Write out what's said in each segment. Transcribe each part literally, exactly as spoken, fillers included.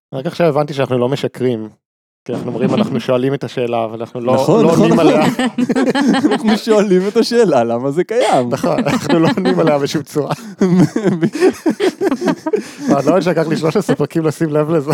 רק עכשיו הבנתי שאנחנו לא משקרים, כי אנחנו אומרים, אנחנו שואלים את השאלה, אבל אנחנו לא נכון, לא נכון, עונים נכון. עליה. אנחנו שואלים את השאלה, למה זה קיים? נכון, אנחנו לא עונים עליה בשום צורה. אבל לא שלקח לי שלושה עשר פרקים לשים לב לזה.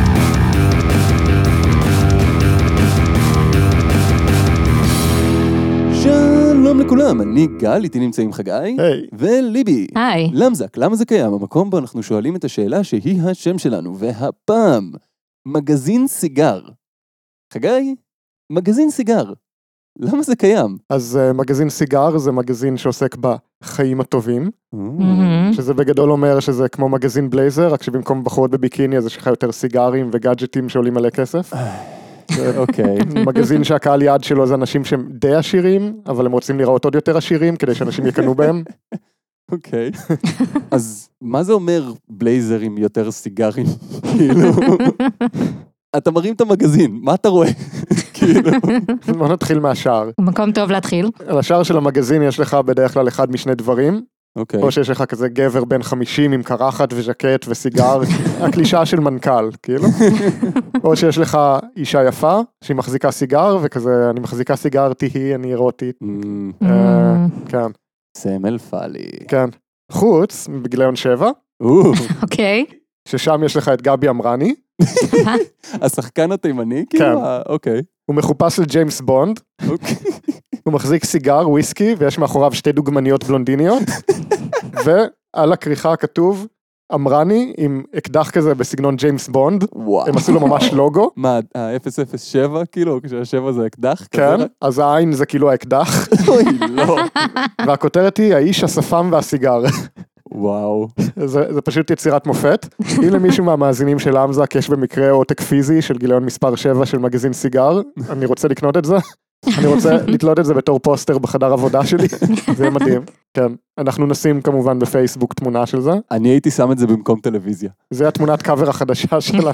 שלום לכולם, אני גל, איתי נמצאים חגי, היי. וליבי. היי. למזק, למה זה קיים? המקום בו אנחנו שואלים את השאלה שהיא השם שלנו, והפעם, מגזין סיגר. חגי, מגזין סיגר. למה זה קיים? אז uh, מגזין סיגר זה מגזין שעוסק בחיים הטובים, מהמם. שזה בגדול אומר שזה כמו מגזין בלייזר, רק שבמקום בחורות בביקיני אז יש לך יותר סיגרים וגאדג'טים שעולים מלא כסף. אוקיי. מגזין שהקהל יעד שלו זה אנשים שהם די עשירים, אבל הם רוצים לראות עוד יותר עשירים כדי שאנשים יקנו בהם. אוקיי. אז מה זה אומר בלייזר עם יותר סיגרים? כאילו, אתה מרים את המגזין, מה אתה רואה? כאילו, בוא נתחיל מהשער. מקום טוב להתחיל. על השער של המגזין יש לך בדרך כלל אחד משני דברים, אוקיי. או שיש לך כזה גבר בן חמישים עם קרחת וז'קט וסיגר, הקלישה של מנכ"ל, כאילו. או שיש לך אישה יפה, שהיא מחזיקה סיגר, וכזה, אני מחזיקה סיגר, תהי, אני אירוטית. אמ, אה, כן, סמל פאלי. כן. חוץ, בגיליון שבע, או, אוקיי. ששם יש לך את גבי אמרני, השחקן התימני? כאילו, כן. אה, אוקיי. הוא מחופש לג'יימס בונד, אוקיי. הוא מחזיק סיגר, וויסקי, ויש מאחוריו שתי דוגמניות בלונדיניות, ועל הכריכה כתוב, אמרני, עם אקדח כזה בסגנון ג'יימס בונד, וואו. הם עשו לו ממש לוגו, מה, ה-אפס אפס שבע, כאילו, כשהשבע זה אקדח? כן, כזה? אז העין זה כאילו האקדח, אוי, לא. והכותרת היא, האיש, השפם והסיגר. וואו. זה, זה פשוט יצירת מופת. אם למישהו מהמאזינים של אמזק יש במקרה עותק פיזי של גיליון מספר שבע של מגזין סיגר, אני רוצה לקנות את זה. אני רוצה לתלות את זה בתור פוסטר בחדר עבודה שלי. זה יהיה מדהים. כן. אנחנו נשים כמובן בפייסבוק תמונה של זה. אני הייתי שם את זה במקום טלוויזיה. זה התמונת קאבר החדשה שלנו.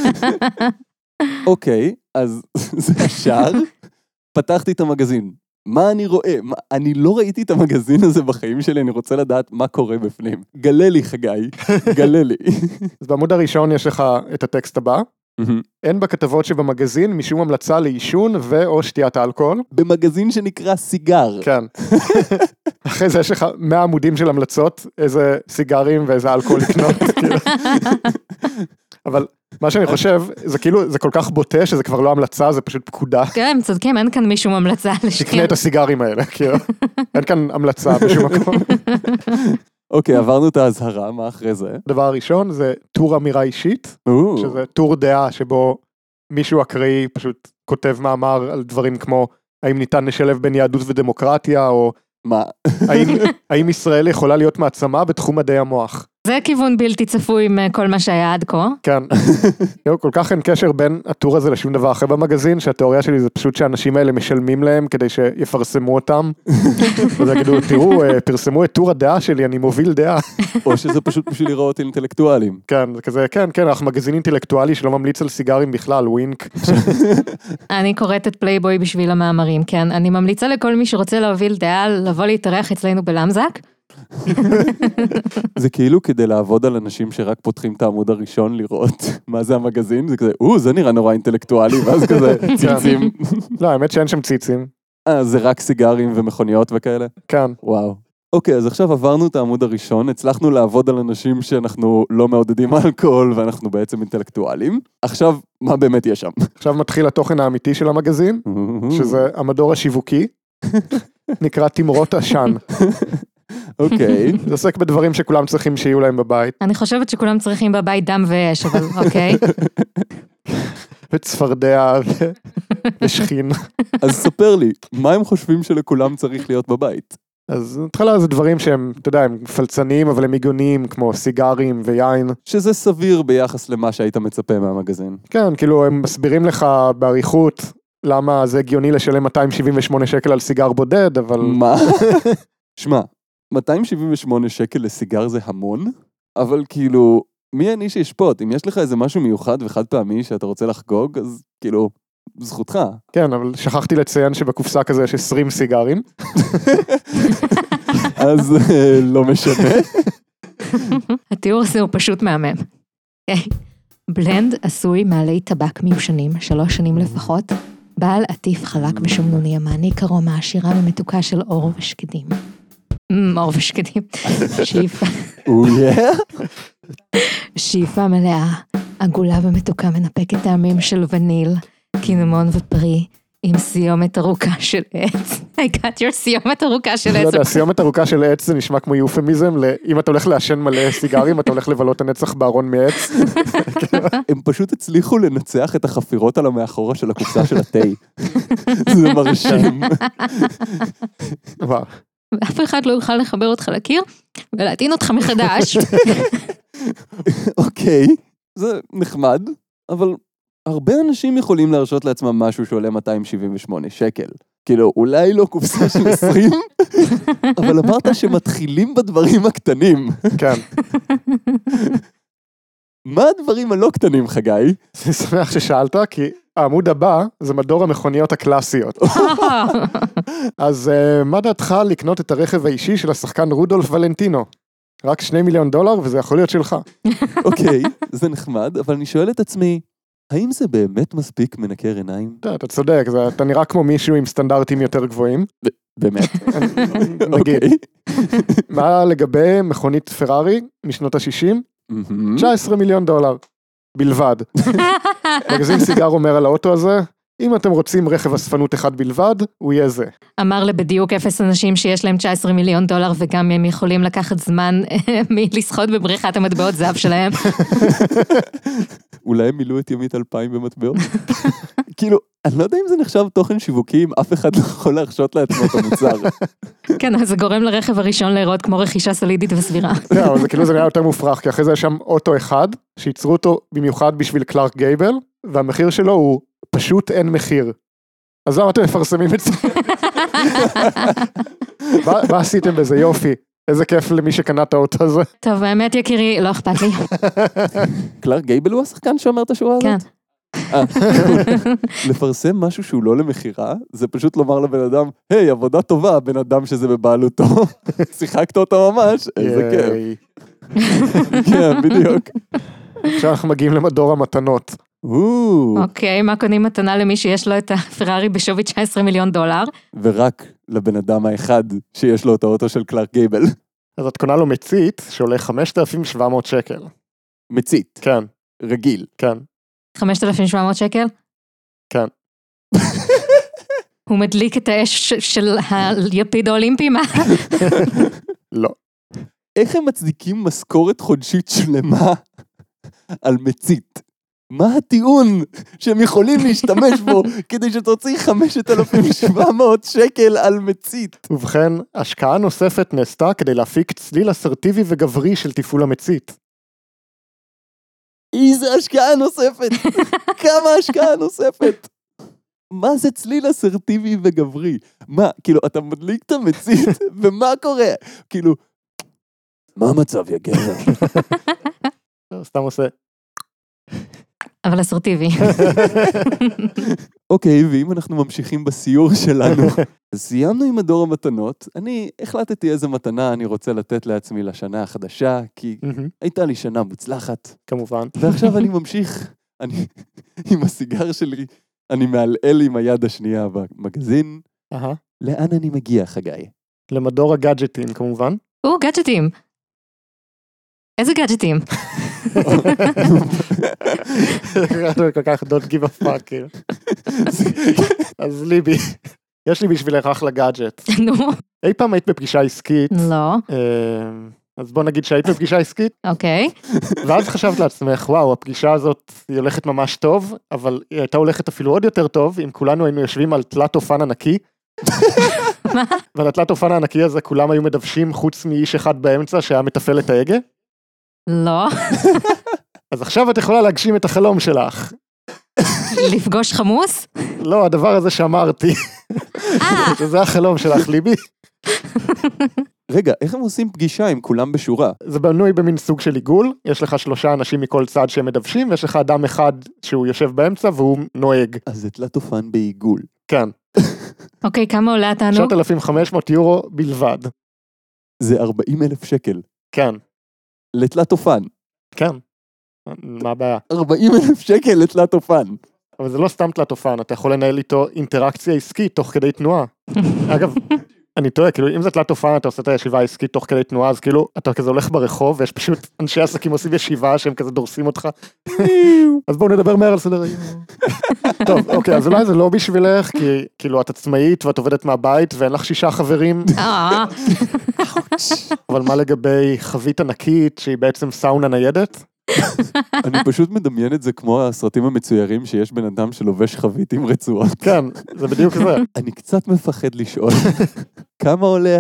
אוקיי, אז זה השאר. פתחתי את המגזין. מה אני רואה? מה, אני לא ראיתי את המגזין הזה בחיים שלי, אני רוצה לדעת מה קורה בפנים. גלה לי, חגי, גלה לי. אז בעמוד הראשון יש לך את הטקסט הבא. אין בכתבות שבמגזין משום המלצה לעישון ו/או שתיית האלכוהול. במגזין שנקרא סיגר. כן. אחרי זה יש לך מאה עמודים של המלצות, איזה סיגרים ואיזה אלכוהול לקנות. כאילו. אבל מה שאני חושב, זה כאילו, זה כל כך בוטה שזה כבר לא המלצה, זה פשוט פקודה. כן, הם צודקים, אין כאן מישום המלצה תקנה לשקיע. את הסיגרים האלה, כאילו. אין כאן המלצה בשום מקום. אוקיי, עברנו את ההזהרה, מה אחרי זה? הדבר הראשון זה טור אמירה אישית, או, שזה טור דעה שבו מישהו אקראי פשוט כותב מאמר על דברים כמו האם ניתן לשלב בין יהדות ודמוקרטיה, או מה? האם, האם ישראל יכולה להיות מעצמה בתחום מדעי המוח. זה כיוון בלתי צפוי עם כל מה שהיה עד כה. כן, כל כך אין קשר בין הטור הזה לשום דבר אחר במגזין, שהתיאוריה שלי זה פשוט שהאנשים האלה משלמים להם כדי שיפרסמו אותם, וזה יגידו, תראו, פרסמו את טור הדעה שלי, אני מוביל דעה. או שזה פשוט בשביל לראות אינטלקטואלים. כן, זה כזה, כן, כן, אנחנו מגזין אינטלקטואלי שלא ממליץ על סיגרים בכלל, ווינק. אני קוראת את פלייבוי בשביל המאמרים, כן. אני ממליצה לכל מי שרוצה להוביל דעה, לבוא להתארח אצלנו בלמזק. זה כאילו כדי לעבוד על אנשים שרק פותחים את העמוד הראשון לראות מה זה המגזין, זה כזה, או, זה נראה נורא אינטלקטואלי, ואז כזה ציצים. לא, האמת שאין שם ציצים. אה, זה רק סיגרים ומכוניות וכאלה? כן. וואו. אוקיי, אז עכשיו עברנו את העמוד הראשון, הצלחנו לעבוד על אנשים שאנחנו לא מעודדים אלכוהול, ואנחנו בעצם אינטלקטואלים. עכשיו, מה באמת יש שם? עכשיו מתחיל התוכן האמיתי של המגזין, שזה המדור השיווקי, נקרא תמרות עשן. אוקיי. זה עוסק בדברים שכולם צריכים שיהיו להם בבית. אני חושבת שכולם צריכים בבית דם ואש, אבל אוקיי. וצפרדע ו- ושכין. אז ספר לי, מה הם חושבים שלכולם צריך להיות בבית? אז התחלה זה דברים שהם, אתה יודע, הם פלצניים, אבל הם מיגוניים, כמו סיגרים ויין. שזה סביר ביחס למה שהיית מצפה מהמגזין. כן, כאילו הם מסבירים לך בעריכות, למה זה הגיוני לשלם מאתיים שבעים ושמונה שקל על סיגר בודד, אבל... מה? שמע, מאתיים שבעים ושמונה שקל לסיגר זה המון, אבל כאילו, מי אני שישפוט? אם יש לך איזה משהו מיוחד וחד פעמי שאתה רוצה לחגוג, אז כאילו, זכותך. כן, אבל שכחתי לציין שבקופסה כזה יש עשרים סיגרים. אז לא משנה. התיאור הזה הוא פשוט מהמם. בלנד עשוי מעלי טבק מיושנים, שלוש שנים לפחות, בעל עטיף חלק ושומנוני המעניק ארומה עשירה ומתוקה של אור ושקדים. אור ושקדים. שאיפה. שאיפה מלאה, עגולה ומתוקה מנפקת טעמים של וניל, קינמון ופרי, עם סיומת ארוכה של עץ. I got your סיומת ארוכה של עץ. לא יודע, סיומת ארוכה של עץ זה נשמע כמו יופמיזם, אם אתה הולך לעשן מלא סיגרים, אתה הולך לבלות הנצח בארון מעץ. הם פשוט הצליחו לנצח את החפירות על המאחורה של הקופסה של התה. זה מרשים. וואו. ואף אחד לא יוכל לחבר אותך לקיר, ולהטעין אותך מחדש. אוקיי, זה נחמד, אבל הרבה אנשים יכולים להרשות לעצמם משהו שעולה מאתיים שבעים ושמונה שקל. כאילו, אולי לא קופסה של עשרים, אבל אמרת שמתחילים בדברים הקטנים. כן. מה הדברים הלא קטנים, חגי? אני שמח ששאלת, כי העמוד הבא זה מדור המכוניות הקלאסיות. אז מה דעתך לקנות את הרכב האישי של השחקן רודולף ולנטינו? רק שני מיליון דולר וזה יכול להיות שלך. אוקיי, זה נחמד, אבל אני שואל את עצמי, האם זה באמת מספיק מנקר עיניים? אתה צודק, אתה נראה כמו מישהו עם סטנדרטים יותר גבוהים. באמת? נגיד. מה לגבי מכונית פרארי משנות ה-שישים? תשע עשרה מיליון דולר. בלבד. מגזין סיגר אומר על האוטו הזה, אם אתם רוצים רכב אספנות אחד בלבד, הוא יהיה זה. אמר לבדיוק אפס אנשים שיש להם תשע עשרה מיליון דולר, וגם הם יכולים לקחת זמן מלשחות בבריכת המטבעות זהב שלהם. אולי הם מילאו את ימית אלפיים במטבעות? כאילו, אני לא יודע אם זה נחשב תוכן שיווקי, אם אף אחד לא יכול להרשות לעצמו את המוצר. כן, אז זה גורם לרכב הראשון להיראות כמו רכישה סולידית וסבירה. לא, אבל זה כאילו זה נראה יותר מופרך, כי אחרי זה יש שם אוטו אחד, שייצרו אותו במיוחד בשביל קלארק גייבל, והמחיר שלו הוא פשוט אין מחיר. אז למה אתם מפרסמים את זה? מה עשיתם בזה? יופי. איזה כיף למי שקנה את האוטו הזה. טוב, האמת יקירי, לא אכפת לי. קלארק גייבל הוא השחקן שאומר את השורה הזאת? כן. לפרסם משהו שהוא לא למחירה, זה פשוט לומר לבן אדם, היי, עבודה טובה, בן אדם שזה בבעלותו. שיחקת אותה ממש, איזה כיף. כן, בדיוק. עכשיו אנחנו מגיעים למדור המתנות. אוקיי, מה קונים מתנה למי שיש לו את הפרארי בשווי תשע עשרה מיליון דולר? ורק לבן אדם האחד שיש לו את האוטו של קלארק גייבל. אז את קונה לו מצית שעולה חמשת אלפים שבע מאות שקל. מצית? כן. רגיל? כן. חמשת אלפים שבע מאות שקל? כן. הוא מדליק את האש של היפיד האולימפי, מה? לא. איך הם מצדיקים משכורת חודשית שלמה על מצית? מה הטיעון שהם יכולים להשתמש בו כדי שתוציא חמשת אלפים שבע מאות שקל על מצית? ובכן, השקעה נוספת נעשתה כדי להפיק צליל אסרטיבי וגברי של טיפול המצית. איזה השקעה נוספת? כמה השקעה נוספת? מה זה צליל אסרטיבי וגברי? מה, כאילו, אתה מדליק את המצית, ומה קורה? כאילו, מה המצב, יא גבר? סתם עושה. אבל אסרטיבי. אוקיי, ואם אנחנו ממשיכים בסיור שלנו, אז סיימנו עם מדור המתנות, אני החלטתי איזה מתנה אני רוצה לתת לעצמי לשנה החדשה, כי הייתה לי שנה מוצלחת. כמובן. ועכשיו אני ממשיך, אני עם הסיגר שלי, אני מעלעל עם היד השנייה במגזין. לאן אני מגיע, חגי? למדור הגאדג'טים, כמובן. או, גאדג'טים. איזה גאדג'טים? כל כך don't give a fuck. אז ליבי, יש לי בשבילך אחלה גאדג'ט. נו. אי פעם היית בפגישה עסקית? לא. אז בוא נגיד שהיית בפגישה עסקית. אוקיי. ואז חשבת לעצמך, וואו, הפגישה הזאת היא הולכת ממש טוב, אבל היא הייתה הולכת אפילו עוד יותר טוב, אם כולנו היינו יושבים על תלת אופן ענקי. מה? ועל התלת אופן הענקי הזה כולם היו מדוושים חוץ מאיש אחד באמצע שהיה מטפל את ההגה. לא. אז עכשיו את יכולה להגשים את החלום שלך. לפגוש חמוס? לא, הדבר הזה שאמרתי. שזה החלום שלך, ליבי. רגע, איך הם עושים פגישה עם כולם בשורה? זה בנוי במין סוג של עיגול, יש לך שלושה אנשים מכל צד שהם מדוושים, ויש לך אדם אחד שהוא יושב באמצע והוא נוהג. אז זה תלת אופן בעיגול. כן. אוקיי, כמה עולה התענוג? שלושת אלפים וחמש מאות יורו בלבד. זה ארבעים אלף שקל. כן. לתלת אופן. כן. מה הבעיה? ארבעים אלף שקל לתלת אופן. אבל זה לא סתם תלת אופן, אתה יכול לנהל איתו אינטראקציה עסקית תוך כדי תנועה. אגב, אני טועה, כאילו, אם זה תלת אופן, אתה עושה את הישיבה העסקית תוך כדי תנועה, אז כאילו, אתה כזה הולך ברחוב, ויש פשוט אנשי עסקים עושים ישיבה, שהם כזה דורסים אותך. אז בואו נדבר מהר על סדר היום. טוב, אוקיי, אז אולי זה לא בשבילך, כי כאילו, את עצמאית, ואת עובדת מהבית, ואין לך שישה חברים. אבל מה לגבי חבית ענקית, שהיא בעצם סאונה ניידת? אני פשוט מדמיין את זה כמו הסרטים המצוירים שיש בן אדם שלובש חבית עם רצועות. כן, זה בדיוק זה. אני קצת מפחד לשאול, כמה עולה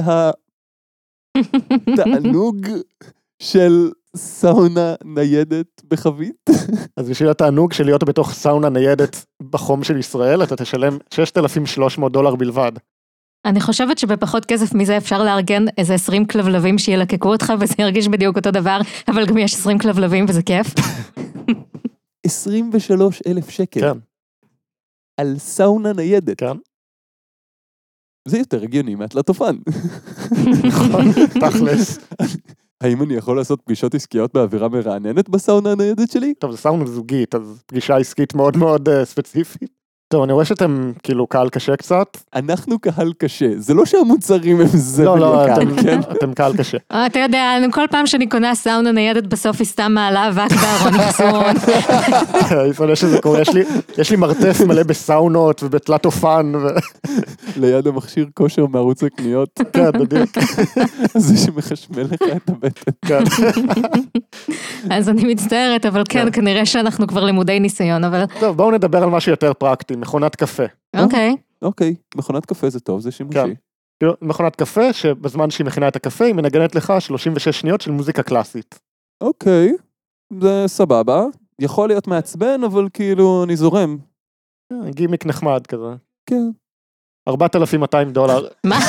התענוג של סאונה ניידת בחבית? אז בשביל התענוג של להיות בתוך סאונה ניידת בחום של ישראל, אתה תשלם שישת אלפים ושלוש מאות דולר בלבד. אני חושבת שבפחות כסף מזה אפשר לארגן איזה עשרים כלבלבים שילקקו אותך, וזה ירגיש בדיוק אותו דבר, אבל גם יש עשרים כלבלבים וזה כיף. עשרים ושלושה אלף שקל. כן. על סאונה ניידת. כן. זה יותר הגיוני מהתלת אופן. נכון, תכלס. האם אני יכול לעשות פגישות עסקיות באווירה מרעננת בסאונה הניידת שלי? טוב, זה סאונה זוגית, אז פגישה עסקית מאוד מאוד uh, ספציפית. טוב, אני רואה שאתם כאילו קהל קשה קצת. אנחנו קהל קשה, זה לא שהמוצרים הם זה לא, לא, יקר, אתם, כן? אתם קהל קשה. אתה יודע, כל פעם שאני קונה סאונה ניידת, בסוף היא סתם מעלה אבק בארון אחסון. לפני שזה קורה, יש לי, יש לי מרתף מלא בסאונות ובתלת אופן. ו... ליד המכשיר כושר מערוץ הקניות. כן, בדיוק. זה שמחשמל לך את הבטן. כן. אז אני מצטערת, אבל כן, כנראה שאנחנו כבר לימודי ניסיון, אבל... טוב, בואו נדבר על משהו יותר פרקטי, מכונת קפה. אוקיי. אוקיי, מכונת קפה זה טוב, זה שימושי. כן. כאילו, מכונת קפה, שבזמן שהיא מכינה את הקפה, היא מנגנת לך שלושים ושש שניות של מוזיקה קלאסית. אוקיי, זה סבבה. יכול להיות מעצבן, אבל כאילו אני זורם. גימיק נחמד כזה. כן. ארבעת אלפים מאתיים דולר. מה?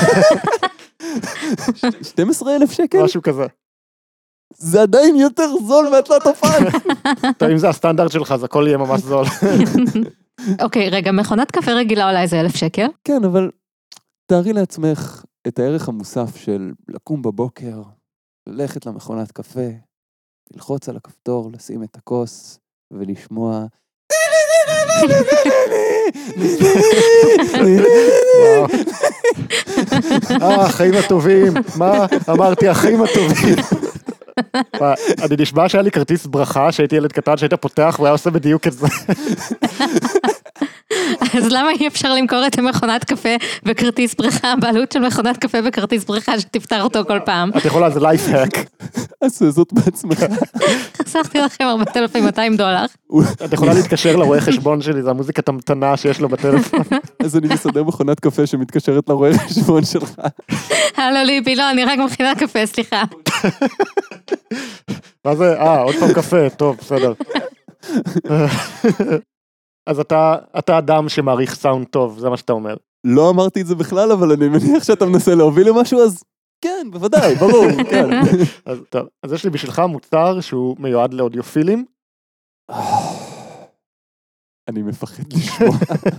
שנים עשר אלף שקל? משהו כזה. זה עדיין יותר זול מהתלת אופן. טוב, אם זה הסטנדרט שלך, אז הכל יהיה ממש זול. אוקיי, רגע, מכונת קפה רגילה עולה איזה אלף שקל? כן, אבל תארי לעצמך את הערך המוסף של לקום בבוקר, ללכת למכונת קפה, ללחוץ על הכפתור, לשים את הכוס ולשמוע... אה, החיים הטובים. מה? אמרתי, החיים הטובים. אני נשבע שהיה לי כרטיס ברכה, שהייתי ילד קטן, שהיית פותח, והיה עושה בדיוק את זה. אז למה אי אפשר למכור את המכונת קפה וכרטיס ברכה, בעלות של מכונת קפה וכרטיס ברכה שתפתר אותו כל פעם? את יכולה, זה לייף האק. עשה זאת בעצמך. חסכתי לכם ארבעת אלפים מאתיים דולר. את יכולה להתקשר לרואה חשבון שלי, זה המוזיקת המתנה שיש לו בטלפון. אז אני מסדר מכונת קפה שמתקשרת לרואה חשבון שלך. הלו ליבי, לא, אני רק מכינה קפה, סליחה. מה זה? אה, עוד פעם קפה, טוב, בסדר. אז אתה, אתה אדם שמעריך סאונד טוב, זה מה שאתה אומר. לא אמרתי את זה בכלל, אבל אני מניח שאתה מנסה להוביל למשהו, אז כן, בוודאי, ברור, כן. אז טוב, אז יש לי בשבילך מוצר שהוא מיועד לאודיופילים. אני מפחד לשמוע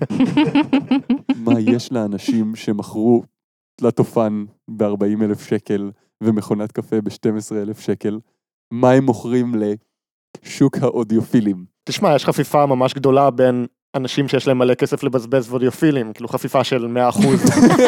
מה יש לאנשים שמכרו תלת אופן ב-ארבעים אלף שקל ומכונת קפה ב-שנים עשר אלף שקל, מה הם מוכרים לשוק האודיופילים. תשמע, יש חפיפה ממש גדולה בין אנשים שיש להם מלא כסף לבזבז ואודיופילים, כאילו חפיפה של מאה אחוז.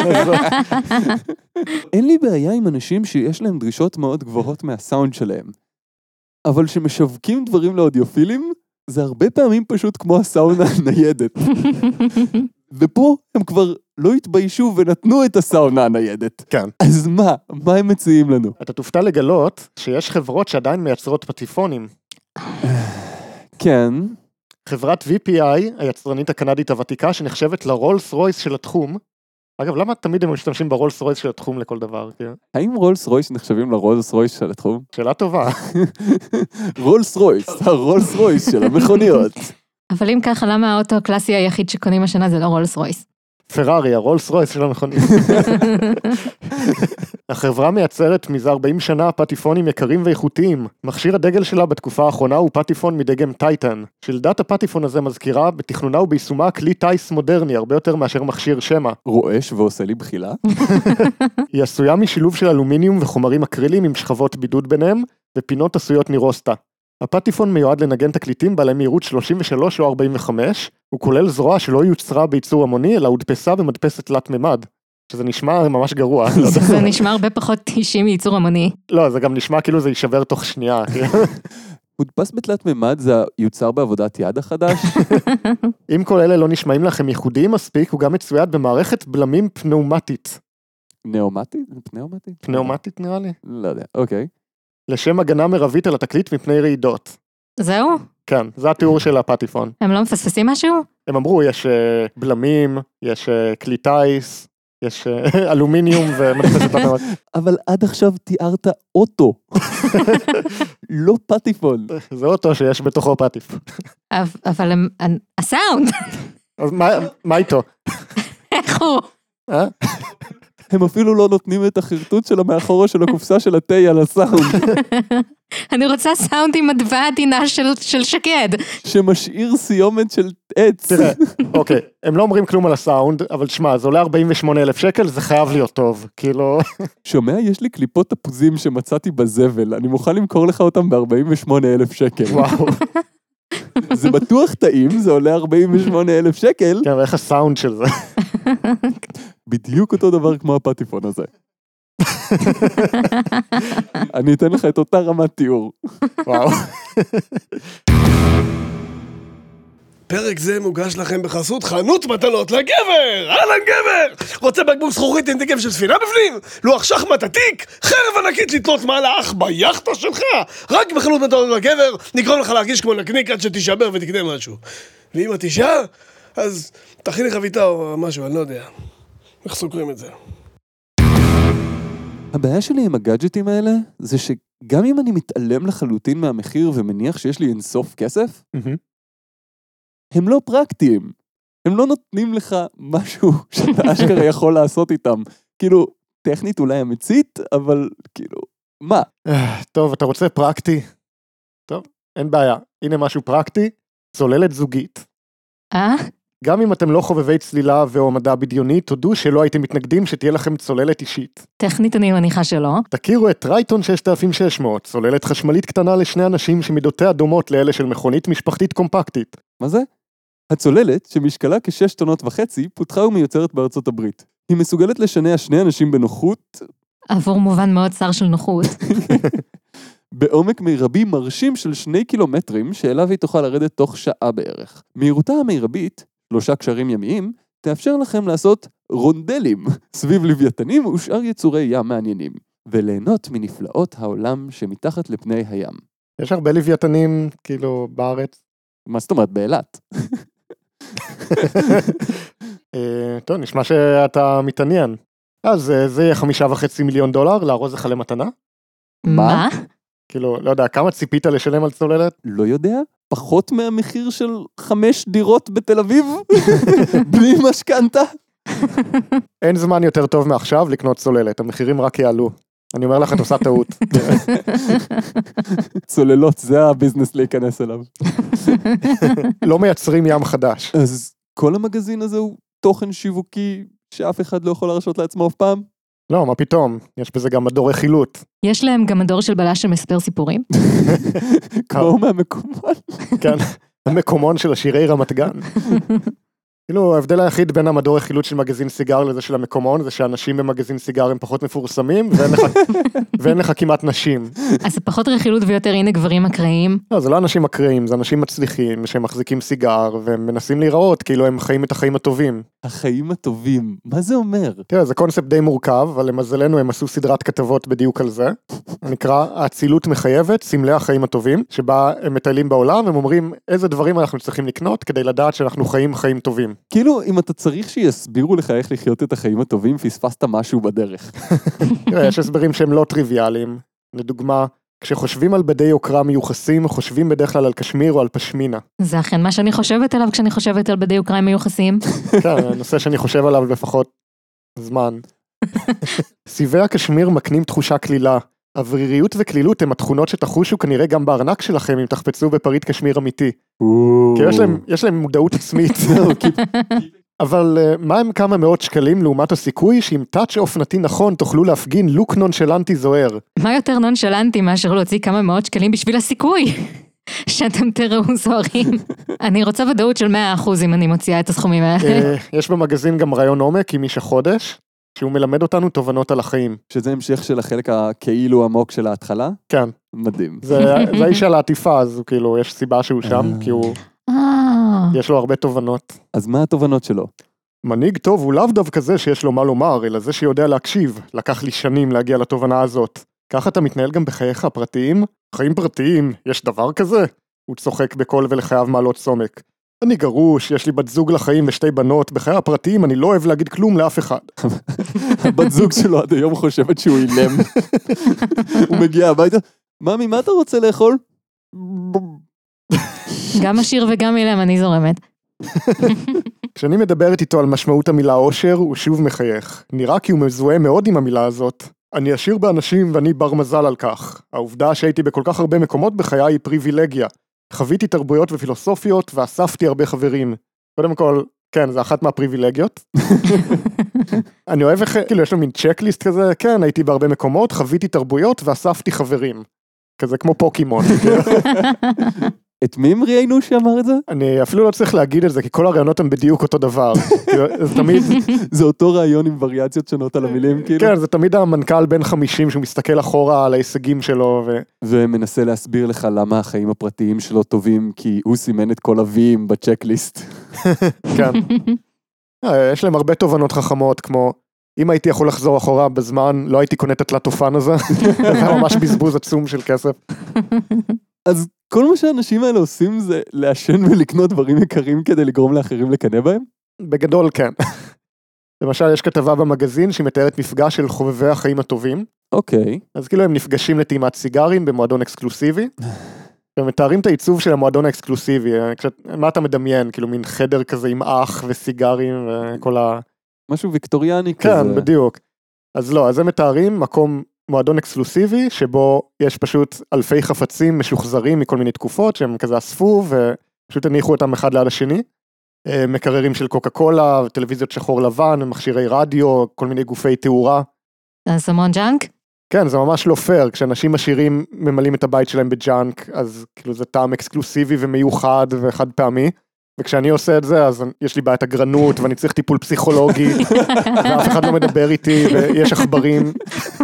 אין לי בעיה עם אנשים שיש להם דרישות מאוד גבוהות מהסאונד שלהם, אבל שמשווקים דברים לאודיופילים, זה הרבה פעמים פשוט כמו הסאונה הניידת. ופה הם כבר לא התביישו ונתנו את הסאונה הניידת. כן. אז מה? מה הם מציעים לנו? אתה תופתע לגלות שיש חברות שעדיין מייצרות פטיפונים. כן. חברת וי פי איי, היצרנית הקנדית הוותיקה, שנחשבת לרולס רויס של התחום. אגב, למה תמיד הם משתמשים ברולס רויס של התחום לכל דבר? האם רולס רויס נחשבים לרולס רויס של התחום? שאלה טובה. רולס רויס, הרולס רויס של המכוניות. אבל אם ככה, למה האוטו הקלאסי היחיד שקונים השנה זה לא רולס רויס? פרארי, הרולס רויס של המכוניות. החברה מייצרת מזה ארבעים שנה פטיפונים יקרים ואיכותיים. מכשיר הדגל שלה בתקופה האחרונה הוא פטיפון מדגם טייטן. שלדת הפטיפון הזה מזכירה בתכנונה וביישומה כלי טייס מודרני, הרבה יותר מאשר מכשיר שמע. רועש ועושה לי בחילה? היא עשויה משילוב של אלומיניום וחומרים אקרילים עם שכבות בידוד ביניהם, ופינות עשויות נירוסטה. הפטיפון מיועד לנגן תקליטים בעלי מהירות שלושים ושלוש או ארבעים וחמש, הוא כולל זרוע שלא יוצרה בייצור המוני, אלא הודפסה במדפסת תלת ממד, שזה נשמע ממש גרוע. זה נשמע הרבה פחות תשעים מייצור המוני. לא, זה גם נשמע כאילו זה יישבר תוך שנייה. הודפס בתלת ממד זה יוצר בעבודת יד החדש? אם כל אלה לא נשמעים לכם ייחודיים מספיק, הוא גם מצויד במערכת בלמים פנאומטית. נאומטית? פנאומטית? פנאומטית נראה לי. לא יודע, אוקיי. לשם הגנה מרבית על התקליט מפני רעידות. זהו? כן, זה התיאור של הפטיפון. הם לא מפספסים משהו? הם אמרו, יש uh, בלמים, יש uh, כלי טייס, יש uh, אלומיניום ומדפסת פנאומט. אבל עד עכשיו תיארת אוטו. לא פטיפון. זה אוטו שיש בתוכו פטיפ. אבל הם... הסאונד! אז מה, מה איתו? איך הוא? אה? הם אפילו לא נותנים את החרטוט של המאחורה של הקופסה של התה על הסאונד. אני רוצה סאונד עם מדווה עדינה של, של שקד. שמשאיר סיומת של עץ. תראה, אוקיי, הם לא אומרים כלום על הסאונד, אבל תשמע, זה עולה ארבעים ושמונה אלף שקל, זה חייב להיות טוב, כאילו... שומע, יש לי קליפות תפוזים שמצאתי בזבל, אני מוכן למכור לך אותם ב-ארבעים ושמונה אלף שקל. וואו. זה בטוח טעים, זה עולה ארבעים ושמונה אלף שקל. כן, ואיך הסאונד של זה? בדיוק אותו דבר כמו הפטיפון הזה. אני אתן לך את אותה רמת תיאור. וואו. פרק זה מוגש לכם בחסות חנות מתנות לגבר! אהלן גבר! רוצה בקבוק זכוכית עם דגם של ספינה בפנים? לוח שחמט עתיק? חרב ענקית לתלות מעל האח ביחטה שלך? רק בחנות מתנות לגבר נגרום לך להרגיש כמו נקניק עד שתישבר ותקנה משהו. ואם את אישה, אז תכיני חביתה או משהו, אני לא יודע. איך סוקרים את זה? הבעיה שלי עם הגאדג'טים האלה, זה שגם אם אני מתעלם לחלוטין מהמחיר ומניח שיש לי אינסוף כסף, הם לא פרקטיים. הם לא נותנים לך משהו שאתה אשכרה יכול לעשות איתם. כאילו, טכנית אולי המצית, אבל כאילו, מה? טוב, אתה רוצה פרקטי? טוב, אין בעיה. הנה משהו פרקטי, צוללת זוגית. אה? גם אם אתם לא חובבי צלילה ואו מדע בדיוני, תודו שלא הייתם מתנגדים שתהיה לכם צוללת אישית. טכנית אני מניחה שלא. תכירו את טרייטון ששת אלפים ושש מאות, צוללת חשמלית קטנה לשני אנשים שמידותיה דומות לאלה של מכונית משפחתית קומפקטית. מה זה? הצוללת, שמשקלה כשש טונות וחצי, פותחה ומיוצרת בארצות הברית. היא מסוגלת לשנע שני אנשים בנוחות. עבור מובן מאוד צר של נוחות. בעומק מרבי מרשים של שני קילומטרים, שאליו היא תוכל לרדת תוך שעה בערך. מהירותה המרבית, שלושה קשרים ימיים, תאפשר לכם לעשות רונדלים סביב לוויתנים ושאר יצורי ים מעניינים, וליהנות מנפלאות העולם שמתחת לפני הים. יש הרבה לוויתנים, כאילו, בארץ. מה זאת אומרת? באילת. טוב, נשמע שאתה מתעניין. אז זה יהיה חמישה וחצי מיליון דולר, לארוז לך למתנה? מה? כאילו, לא יודע, כמה ציפית לשלם על צוללת? לא יודע, פחות מהמחיר של חמש דירות בתל אביב, בלי משכנתה. אין זמן יותר טוב מעכשיו לקנות צוללת, המחירים רק יעלו. אני אומר לך, את עושה טעות. צוללות, זה הביזנס להיכנס אליו. לא מייצרים ים חדש. אז כל המגזין הזה הוא תוכן שיווקי שאף אחד לא יכול להרשות לעצמו אף פעם? לא, מה פתאום? יש בזה גם מדורי חילוט. יש להם גם מדור של בלש שמספר סיפורים? כמו מהמקומון. כן, המקומון של השירי רמת גן. כאילו, ההבדל היחיד בין המדור החילוט של מגזין סיגר לזה של המקומון, זה שאנשים במגזין סיגר הם פחות מפורסמים, ואין לך, ואין לך כמעט נשים. אז זה פחות רכילות ויותר הנה גברים אקראיים? לא, זה לא אנשים אקראיים, זה אנשים מצליחים, שהם מחזיקים סיגר, והם מנסים להיראות, כאילו הם חיים את החיים הטובים. החיים הטובים, מה זה אומר? תראה, זה קונספט די מורכב, אבל למזלנו הם עשו סדרת כתבות בדיוק על זה. נקרא, האצילות מחייבת, סמלי החיים הטובים, שבה הם מטיילים בעולם, והם אומרים איזה דברים אנחנו צריכים לקנות, כדי לדעת שאנחנו חיים חיים טובים. כאילו, אם אתה צריך שיסבירו לך איך לחיות את החיים הטובים, פספסת משהו בדרך. תראה, יש הסברים שהם לא טריוויאליים. לדוגמה, כשחושבים על בדי יוקרה מיוחסים, חושבים בדרך כלל על קשמיר או על פשמינה. זה אכן מה שאני חושבת עליו כשאני חושבת על בדי יוקרה מיוחסים. כן, הנושא שאני חושב עליו לפחות זמן. סיבי הקשמיר מקנים תחושה כלילה. אווריריות וכלילות הם התכונות שתחושו כנראה גם בארנק שלכם אם תחפצו בפריט קשמיר אמיתי. כי יש להם, יש להם מודעות עצמית. אבל מה הם כמה מאות שקלים לעומת הסיכוי שעם טאץ' אופנתי נכון תוכלו להפגין לוק נונשלנטי זוהר? מה יותר נונשלנטי מאשר להוציא כמה מאות שקלים בשביל הסיכוי? שאתם תראו זוהרים. אני רוצה ודאות של מאה אחוז אם אני מוציאה את הסכומים האלה. יש במגזין גם רעיון עומק עם איש החודש, שהוא מלמד אותנו תובנות על החיים. שזה המשך של החלק הכאילו עמוק של ההתחלה? כן. מדהים. זה האיש על העטיפה, אז כאילו יש סיבה שהוא שם, כי הוא, יש לו הרבה תובנות. אז מה התובנות שלו? מנהיג טוב הוא לאו דווקא זה שיש לו מה לומר, אלא זה שיודע להקשיב. לקח לי שנים להגיע לתובנה הזאת. ככה אתה מתנהל גם בחייך הפרטיים? חיים פרטיים, יש דבר כזה? הוא צוחק בקול ולחייו מעלות סומק. אני גרוש, יש לי בת זוג לחיים ושתי בנות, בחיי הפרטיים אני לא אוהב להגיד כלום לאף אחד. הבת זוג שלו עד היום חושבת שהוא אילם. הוא מגיע הביתה, ממי, מה אתה רוצה לאכול? גם עשיר וגם אילם, אני זורמת. כשאני מדברת איתו על משמעות המילה אושר, הוא שוב מחייך. נראה כי הוא מזוהה מאוד עם המילה הזאת. אני עשיר באנשים ואני בר מזל על כך. העובדה שהייתי בכל כך הרבה מקומות בחיי היא פריבילגיה. חוויתי תרבויות ופילוסופיות ואספתי הרבה חברים. קודם כל, כן, זה אחת מהפריבילגיות. אני אוהב איך, כאילו יש לו מין צ'קליסט כזה, כן, הייתי בהרבה מקומות, חוויתי תרבויות ואספתי חברים. כזה כמו פוקימון. את מי הם ראיינו שאמר את זה? אני אפילו לא צריך להגיד את זה, כי כל הרעיונות הם בדיוק אותו דבר. זה תמיד... זה אותו רעיון עם וריאציות שונות על המילים, כאילו? כן, זה תמיד המנכ"ל בן חמישים שהוא מסתכל אחורה על ההישגים שלו. ו... ומנסה להסביר לך למה החיים הפרטיים שלו טובים, כי הוא סימן את כל אבים בצ'קליסט. כן. יש להם הרבה תובנות חכמות, כמו, אם הייתי יכול לחזור אחורה בזמן, לא הייתי קונה את התלת-אופן הזה. זה ממש בזבוז עצום של כסף. אז כל מה שהאנשים האלה עושים זה לעשן ולקנות דברים יקרים כדי לגרום לאחרים לקנא בהם? בגדול כן. למשל יש כתבה במגזין שמתארת מפגש של חובבי החיים הטובים. אוקיי. אז כאילו הם נפגשים לטעימת סיגרים במועדון אקסקלוסיבי. הם מתארים את העיצוב של המועדון האקסקלוסיבי. מה אתה מדמיין? כאילו מין חדר כזה עם אח וסיגרים וכל ה... משהו ויקטוריאני כזה. כן, בדיוק. אז לא, אז הם מתארים מקום... מועדון אקסקלוסיבי, שבו יש פשוט אלפי חפצים משוחזרים מכל מיני תקופות, שהם כזה אספו, ופשוט הניחו אותם אחד ליד השני. מקררים של קוקה קולה, טלוויזיות שחור לבן, מכשירי רדיו, כל מיני גופי תאורה. אז המון ג'אנק? כן, זה ממש לא פייר, כשאנשים עשירים ממלאים את הבית שלהם בג'אנק, אז כאילו זה טעם אקסקלוסיבי ומיוחד וחד פעמי, וכשאני עושה את זה, אז יש לי בעיית הגרנות, ואני צריך טיפול פסיכולוגי, ואף אחד לא מדבר איתי, ויש עכברים.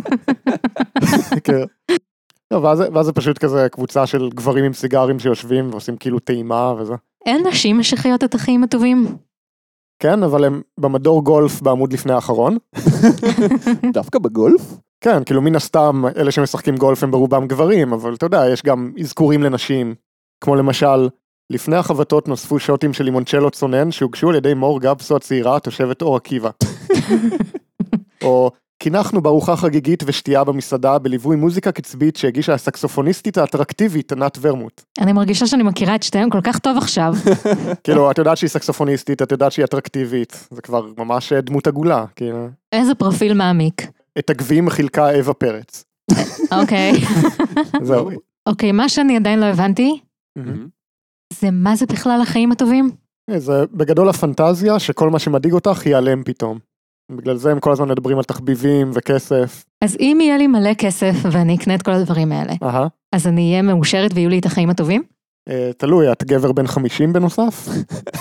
ואז זה פשוט כזה קבוצה של גברים עם סיגרים שיושבים, ועושים כאילו טעימה וזה. אין נשים שחיות את החיים הטובים? כן, אבל הם במדור גולף בעמוד לפני האחרון. דווקא בגולף? כן, כאילו מן הסתם, אלה שמשחקים גולף הם ברובם גברים, אבל אתה יודע, יש גם אזכורים לנשים, כמו למשל, לפני החבטות נוספו שוטים של לימונצ'לו צונן, שהוגשו על ידי מור גבסו הצעירה, תושבת אור עקיבא. או, קינחנו בארוחה חגיגית ושתייה במסעדה, בליווי מוזיקה קצבית שהגישה הסקסופוניסטית האטרקטיבית, ענת ורמוט. אני מרגישה שאני מכירה את שתיהם כל כך טוב עכשיו. כאילו, את יודעת שהיא סקסופוניסטית, את יודעת שהיא אטרקטיבית, זה כבר ממש דמות עגולה, כאילו. איזה פרופיל מעמיק. את הגביעים חילקה אווה פרץ. אוקיי. זהו. אוקיי, מה שאני עדיין לא הבנתי, זה מה זה בכלל החיים הטובים? זה בגדול הפנטזיה שכל מה שמדאיג אותך ייעלם פתאום. בגלל זה הם כל הזמן מדברים על תחביבים וכסף. אז אם יהיה לי מלא כסף ואני אקנה את כל הדברים האלה, אז אני אהיה מאושרת ויהיו לי את החיים הטובים? תלוי, את גבר בן חמישים בנוסף?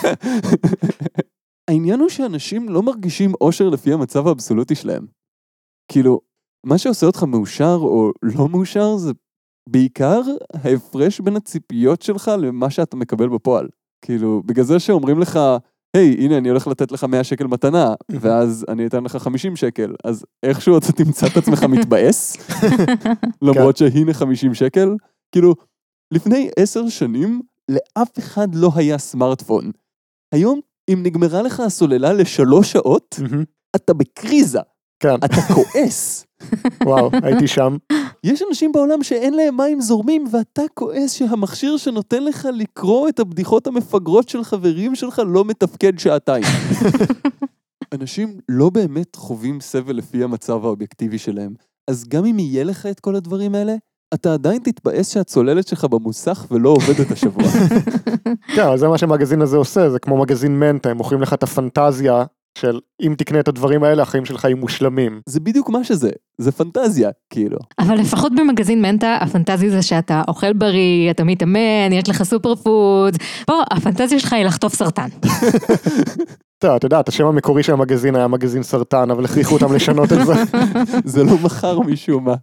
העניין הוא שאנשים לא מרגישים אושר לפי המצב האבסולוטי שלהם. כאילו, מה שעושה אותך מאושר או לא מאושר זה בעיקר ההפרש בין הציפיות שלך למה שאתה מקבל בפועל. כאילו, בגלל זה שאומרים לך, היי, הנה, אני הולך לתת לך מאה שקל מתנה, ואז אני אתן לך חמישים שקל, אז איכשהו אתה תמצא את עצמך מתבאס, למרות שהנה חמישים שקל. כאילו, לפני עשר שנים, לאף אחד לא היה סמארטפון. היום, אם נגמרה לך הסוללה לשלוש שעות, אתה בקריזה. כן. אתה כועס. וואו, הייתי שם. יש אנשים בעולם שאין להם מים זורמים, ואתה כועס שהמכשיר שנותן לך לקרוא את הבדיחות המפגרות של חברים שלך לא מתפקד שעתיים. אנשים לא באמת חווים סבל לפי המצב האובייקטיבי שלהם, אז גם אם יהיה לך את כל הדברים האלה, אתה עדיין תתבאס שהצוללת שלך במוסך ולא עובדת השבוע. כן, זה מה שהמגזין הזה עושה, זה כמו מגזין מנטה, הם מוכרים לך את הפנטזיה של אם תקנה את הדברים האלה, החיים שלך יהיו מושלמים. זה בדיוק מה שזה, זה פנטזיה, כאילו. אבל לפחות במגזין מנטה, הפנטזיה זה שאתה אוכל בריא, אתה מתאמן, יש לך סופר פוד, פה הפנטזיה שלך היא לחטוף סרטן. טוב, אתה יודע, השם המקורי של המגזין היה מגזין סרטן, אבל הכריחו אותם לשנות את זה. זה לא מחר משום מה.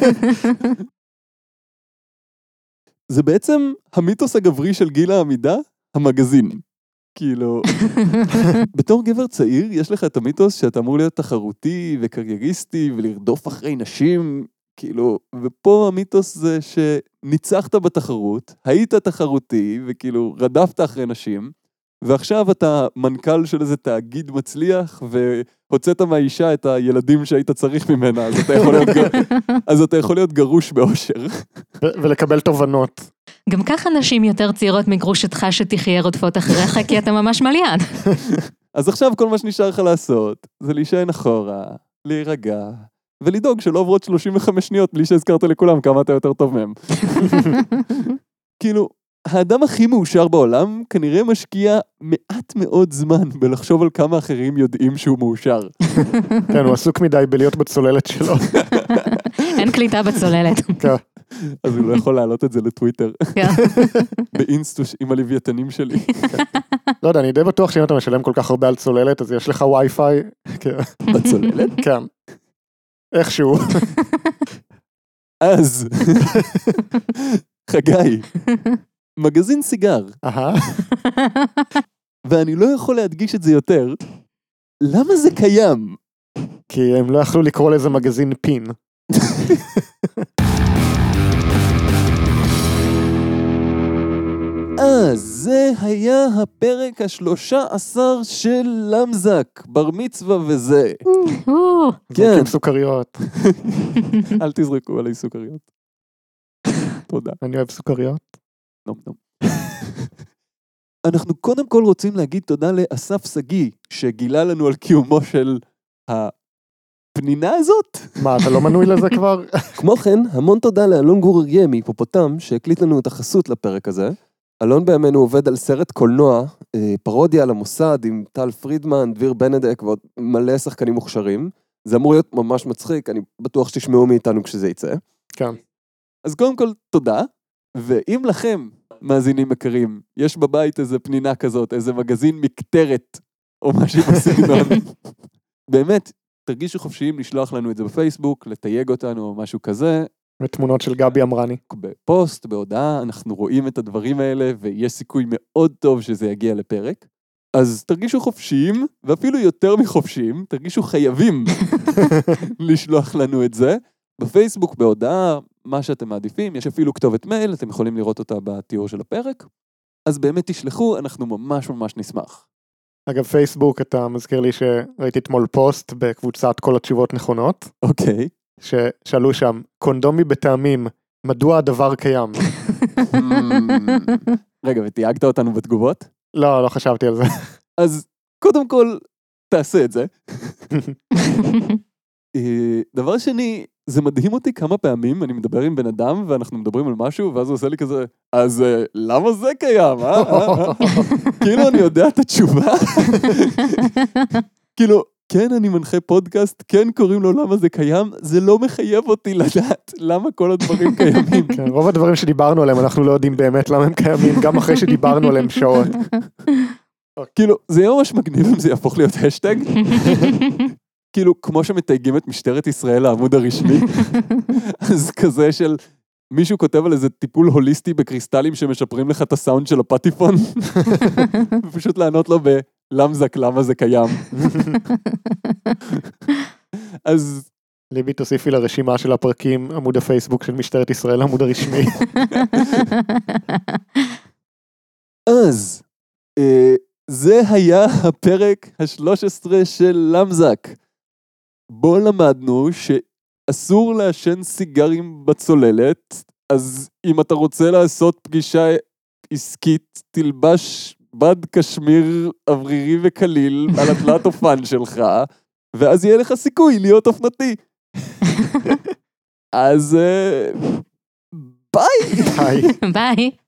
זה בעצם המיתוס הגברי של גיל העמידה, המגזין. כאילו, בתור גבר צעיר, יש לך את המיתוס שאתה אמור להיות תחרותי וקרייריסטי ולרדוף אחרי נשים, כאילו, ופה המיתוס זה שניצחת בתחרות, היית תחרותי וכאילו רדפת אחרי נשים, ועכשיו אתה מנכ"ל של איזה תאגיד מצליח, והוצאת מהאישה את הילדים שהיית צריך ממנה, אז אתה יכול להיות, אז אתה יכול להיות גרוש באושר. ולקבל תובנות. גם ככה נשים יותר צעירות מגרושתך שתחיה רודפות אחריך, כי אתה ממש מליין. אז עכשיו כל מה שנשאר לך לעשות, זה להישען אחורה, להירגע, ולדאוג שלא עוברות שלושים וחמש שניות, בלי שהזכרת לכולם כמה אתה יותר טוב מהם. כאילו, האדם הכי מאושר בעולם כנראה משקיע מעט מאוד זמן בלחשוב על כמה אחרים יודעים שהוא מאושר. כן, הוא עסוק מדי בלהיות בצוללת שלו. אין קליטה בצוללת. כן. אז הוא לא יכול להעלות את זה לטוויטר. באינסטוש עם הלוויתנים שלי. לא יודע, אני די בטוח שאם אתה משלם כל כך הרבה על צוללת, אז יש לך וי-פיי. בצוללת? כן. איכשהו. אז, חגי, מגזין סיגר. אהה. ואני לא יכול להדגיש את זה יותר. למה זה קיים? כי הם לא יכלו לקרוא לזה מגזין פין. אז זה היה הפרק השלושה עשר של למזק, בר מצווה וזה. זורקים סוכריות. אל תזרקו עליי סוכריות. תודה. אני אוהב סוכריות. נום נום. אנחנו קודם כל רוצים להגיד תודה לאסף סגי, שגילה לנו על קיומו של הפנינה הזאת. מה, אתה לא מנוי לזה כבר? כמו כן, המון תודה לאלון גור-אריה מהיפופוטם, שהקליט לנו את החסות לפרק הזה. אלון בימינו עובד על סרט קולנוע, פרודיה על המוסד עם טל פרידמן, דביר בנדק ועוד מלא שחקנים מוכשרים. זה אמור להיות ממש מצחיק, אני בטוח שתשמעו מאיתנו כשזה יצא. כן. אז קודם כל, תודה. ואם לכם, מאזינים יקרים, יש בבית איזה פנינה כזאת, איזה מגזין מקטרת, או משהו בסגנון, באמת, תרגישו חופשיים לשלוח לנו את זה בפייסבוק, לתייג אותנו או משהו כזה. ותמונות של גבי אמרני. בפוסט, בהודעה, אנחנו רואים את הדברים האלה, ויש סיכוי מאוד טוב שזה יגיע לפרק. אז תרגישו חופשיים, ואפילו יותר מחופשיים, תרגישו חייבים לשלוח לנו את זה. בפייסבוק, בהודעה, מה שאתם מעדיפים, יש אפילו כתובת מייל, אתם יכולים לראות אותה בתיאור של הפרק. אז באמת תשלחו, אנחנו ממש ממש נשמח. אגב, פייסבוק, אתה מזכיר לי שראיתי אתמול פוסט בקבוצת כל התשובות נכונות. אוקיי. ששאלו שם, קונדומי בטעמים, מדוע הדבר קיים? רגע, ותייגת אותנו בתגובות? לא, לא חשבתי על זה. אז קודם כל, תעשה את זה. דבר שני, זה מדהים אותי כמה פעמים, אני מדבר עם בן אדם, ואנחנו מדברים על משהו, ואז הוא עושה לי כזה, אז למה זה קיים? כאילו אני יודע את התשובה. כאילו, כן, אני מנחה פודקאסט, כן קוראים לו למה זה קיים, זה לא מחייב אותי לדעת למה כל הדברים קיימים. כן, רוב הדברים שדיברנו עליהם, אנחנו לא יודעים באמת למה הם קיימים, גם אחרי שדיברנו עליהם שעות. כאילו, זה יהיה ממש מגניב אם זה יהפוך להיות השטג. כאילו, כמו שמתייגים את משטרת ישראל לעמוד הרשמי, אז כזה של מישהו כותב על איזה טיפול הוליסטי בקריסטלים שמשפרים לך את הסאונד של הפטיפון, ופשוט לענות לו בלמזק, למה זה קיים. אז... ליבי, תוסיפי לרשימה של הפרקים, עמוד הפייסבוק של משטרת ישראל, עמוד הרשמי. אז, זה היה הפרק ה-שלוש עשרה של למזק. בו למדנו שאסור לעשן סיגרים בצוללת, אז אם אתה רוצה לעשות פגישה עסקית, תלבש בד קשמיר אוורירי וקליל על התלת אופן שלך, ואז יהיה לך סיכוי להיות אופנתי. אז ביי! ביי. ביי.